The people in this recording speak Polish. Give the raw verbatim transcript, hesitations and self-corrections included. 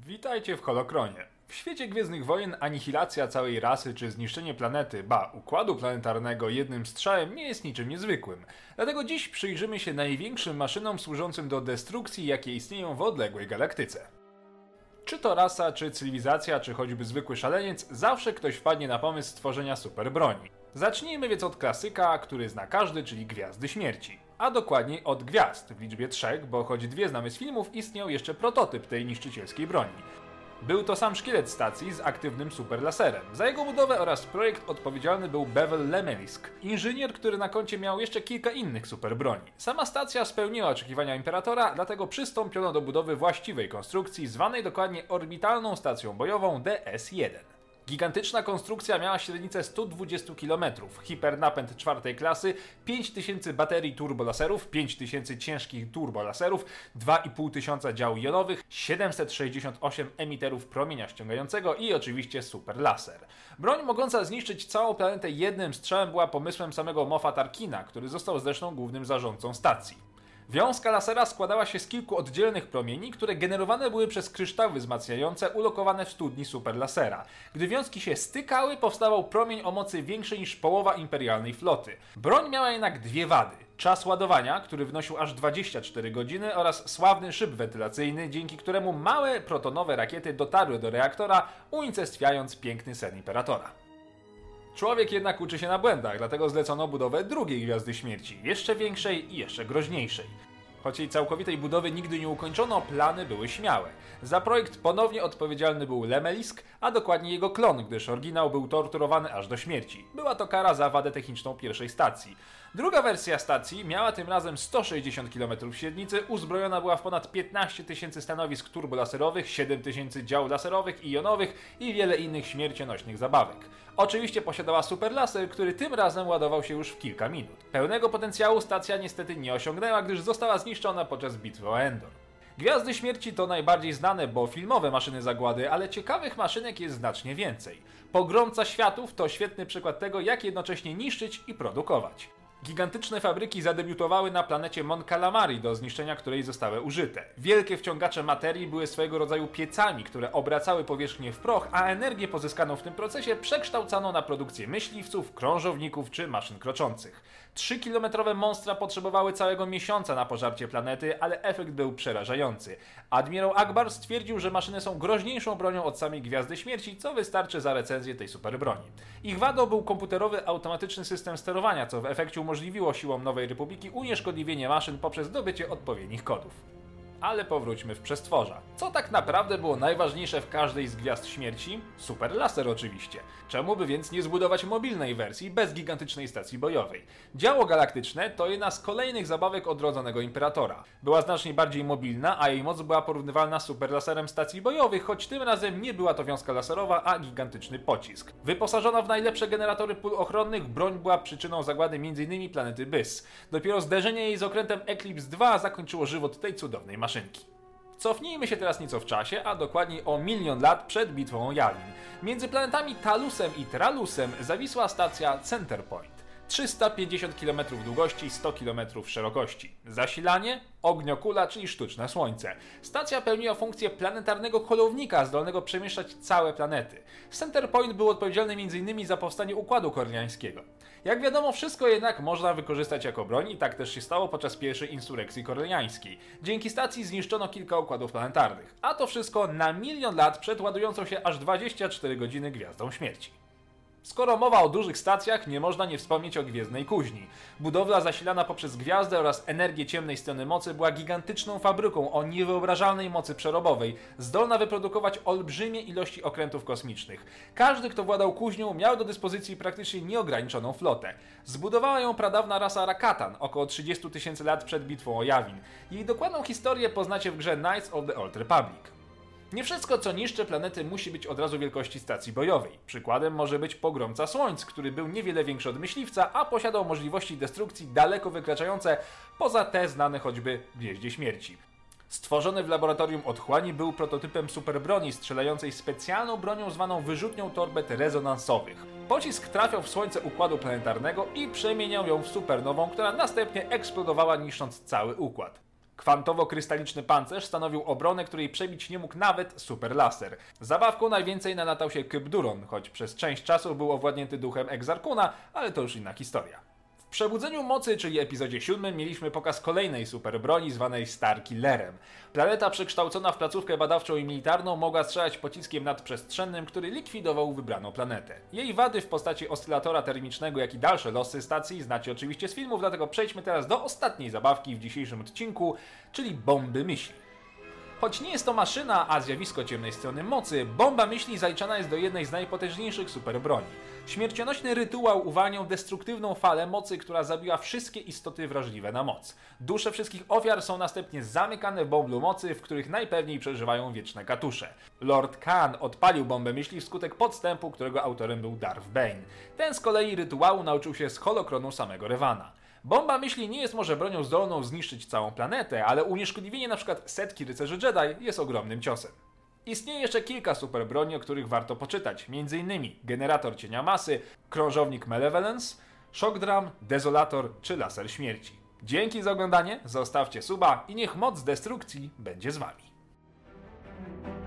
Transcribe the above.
Witajcie w Holokronie. W świecie Gwiezdnych Wojen anihilacja całej rasy czy zniszczenie planety, ba, układu planetarnego jednym strzałem nie jest niczym niezwykłym. Dlatego dziś przyjrzymy się największym maszynom służącym do destrukcji, jakie istnieją w odległej galaktyce. Czy to rasa, czy cywilizacja, czy choćby zwykły szaleniec, zawsze ktoś wpadnie na pomysł stworzenia superbroni. Zacznijmy więc od klasyka, który zna każdy, czyli Gwiazdy Śmierci. A dokładniej od gwiazd, w liczbie trzech, bo choć dwie znamy z filmów, istniał jeszcze prototyp tej niszczycielskiej broni. Był to sam szkielet stacji z aktywnym superlaserem. Za jego budowę oraz projekt odpowiedzialny był Bevel Lemelisk, inżynier, który na koncie miał jeszcze kilka innych superbroni. Sama stacja spełniła oczekiwania Imperatora, dlatego przystąpiono do budowy właściwej konstrukcji, zwanej dokładnie orbitalną stacją bojową D S jeden. Gigantyczna konstrukcja miała średnicę sto dwadzieścia kilometrów, hipernapęd czwartej klasy, pięć tysięcy baterii turbolaserów, pięć tysięcy ciężkich turbolaserów, dwa i pół tysiąca działów jonowych, siedemset sześćdziesiąt osiem emiterów promienia ściągającego i oczywiście superlaser. Broń mogąca zniszczyć całą planetę jednym strzałem była pomysłem samego Moffa Tarkina, który został zresztą głównym zarządcą stacji. Wiązka lasera składała się z kilku oddzielnych promieni, które generowane były przez kryształy wzmacniające ulokowane w studni superlasera. Gdy wiązki się stykały, powstawał promień o mocy większej niż połowa imperialnej floty. Broń miała jednak dwie wady. Czas ładowania, który wynosił aż dwadzieścia cztery godziny, oraz sławny szyb wentylacyjny, dzięki któremu małe protonowe rakiety dotarły do reaktora, unicestwiając piękny sen Imperatora. Człowiek jednak uczy się na błędach, dlatego zlecono budowę drugiej Gwiazdy Śmierci, jeszcze większej i jeszcze groźniejszej. Choć jej całkowitej budowy nigdy nie ukończono, plany były śmiałe. Za projekt ponownie odpowiedzialny był Lemelisk, a dokładnie jego klon, gdyż oryginał był torturowany aż do śmierci. Była to kara za wadę techniczną pierwszej stacji. Druga wersja stacji miała tym razem sto sześćdziesiąt kilometrów średnicy, uzbrojona była w ponad piętnaście tysięcy stanowisk turbolaserowych, siedem tysięcy działów laserowych i jonowych i wiele innych śmiercionośnych zabawek. Oczywiście posiadała superlaser, który tym razem ładował się już w kilka minut. Pełnego potencjału stacja niestety nie osiągnęła, gdyż została zniszczona podczas bitwy o Endor. Gwiazdy Śmierci to najbardziej znane, bo filmowe maszyny zagłady, ale ciekawych maszynek jest znacznie więcej. Pogromca Światów to świetny przykład tego, jak jednocześnie niszczyć i produkować. Gigantyczne fabryki zadebiutowały na planecie Mon Calamari, do zniszczenia której zostały użyte. Wielkie wciągacze materii były swojego rodzaju piecami, które obracały powierzchnię w proch, a energię pozyskaną w tym procesie przekształcano na produkcję myśliwców, krążowników czy maszyn kroczących. Trzykilometrowe monstra potrzebowały całego miesiąca na pożarcie planety, ale efekt był przerażający. Admirał Akbar stwierdził, że maszyny są groźniejszą bronią od samej Gwiazdy Śmierci, co wystarczy za recenzję tej superbroni. Ich wadą był komputerowy automatyczny system sterowania, co w efekcie umożliwiło siłom Nowej Republiki unieszkodliwienie maszyn poprzez zdobycie odpowiednich kodów. Ale powróćmy w przestworza. Co tak naprawdę było najważniejsze w każdej z Gwiazd Śmierci? Superlaser oczywiście. Czemu by więc nie zbudować mobilnej wersji bez gigantycznej stacji bojowej? Działo galaktyczne to jedna z kolejnych zabawek odrodzonego Imperatora. Była znacznie bardziej mobilna, a jej moc była porównywalna z superlaserem stacji bojowych, choć tym razem nie była to wiązka laserowa, a gigantyczny pocisk. Wyposażona w najlepsze generatory pól ochronnych, broń była przyczyną zagłady m in planety Bys. Dopiero zderzenie jej z okrętem Eclipse dwa zakończyło żywot tej cudownej maszynki. Cofnijmy się teraz nieco w czasie, a dokładniej o milion lat przed bitwą o Yavin. Między planetami Talusem i Tralusem zawisła stacja Centerpoint. trzysta pięćdziesiąt kilometrów długości, sto kilometrów szerokości. Zasilanie? Ogniokula, czyli sztuczne słońce. Stacja pełniła funkcję planetarnego holownika, zdolnego przemieszczać całe planety. Centerpoint był odpowiedzialny m in za powstanie Układu Koreliańskiego. Jak wiadomo, wszystko jednak można wykorzystać jako broń i tak też się stało podczas pierwszej insurekcji koreliańskiej. Dzięki stacji zniszczono kilka układów planetarnych, a to wszystko na milion lat przed ładującą się aż dwadzieścia cztery godziny Gwiazdą Śmierci. Skoro mowa o dużych stacjach, nie można nie wspomnieć o Gwiezdnej Kuźni. Budowla zasilana poprzez gwiazdę oraz energię ciemnej strony mocy była gigantyczną fabryką o niewyobrażalnej mocy przerobowej, zdolna wyprodukować olbrzymie ilości okrętów kosmicznych. Każdy, kto władał kuźnią, miał do dyspozycji praktycznie nieograniczoną flotę. Zbudowała ją pradawna rasa Rakatan około trzydzieści tysięcy lat przed bitwą o Yavin. Jej dokładną historię poznacie w grze Knights of the Old Republic. Nie wszystko, co niszczy planety, musi być od razu wielkości stacji bojowej. Przykładem może być Pogromca Słońc, który był niewiele większy od Myśliwca, a posiadał możliwości destrukcji daleko wykraczające poza te znane choćby w Gwieździe Śmierci. Stworzony w laboratorium otchłani, był prototypem superbroni strzelającej specjalną bronią zwaną wyrzutnią torbet rezonansowych. Pocisk trafiał w słońce układu planetarnego i przemieniał ją w supernową, która następnie eksplodowała, niszcząc cały układ. Kwantowo-krystaliczny pancerz stanowił obronę, której przebić nie mógł nawet super laser. Zabawką najwięcej nalatał się Kyp Duron, choć przez część czasu był owładnięty duchem Exarchuna, ale to już inna historia. W Przebudzeniu Mocy, czyli epizodzie siódmym, mieliśmy pokaz kolejnej superbroni zwanej Starkillerem. Planeta przekształcona w placówkę badawczą i militarną mogła strzelać pociskiem nadprzestrzennym, który likwidował wybraną planetę. Jej wady w postaci oscylatora termicznego, jak i dalsze losy stacji znacie oczywiście z filmów, dlatego przejdźmy teraz do ostatniej zabawki w dzisiejszym odcinku, czyli bomby myśli. Choć nie jest to maszyna, a zjawisko ciemnej strony mocy, bomba myśli zaliczana jest do jednej z najpotężniejszych superbroni. Śmiercionośny rytuał uwalniał destruktywną falę mocy, która zabiła wszystkie istoty wrażliwe na moc. Dusze wszystkich ofiar są następnie zamykane w bąblu mocy, w których najpewniej przeżywają wieczne katusze. Lord Khan odpalił bombę myśli wskutek podstępu, którego autorem był Darth Bane. Ten z kolei rytuału nauczył się z holokronu samego Revana. Bomba myśli nie jest może bronią zdolną zniszczyć całą planetę, ale unieszkodliwienie np. setki rycerzy Jedi jest ogromnym ciosem. Istnieje jeszcze kilka superbroni, o których warto poczytać, między innymi generator cienia masy, krążownik Malevolence, shock drum, dezolator czy laser śmierci. Dzięki za oglądanie, zostawcie suba i niech moc destrukcji będzie z wami.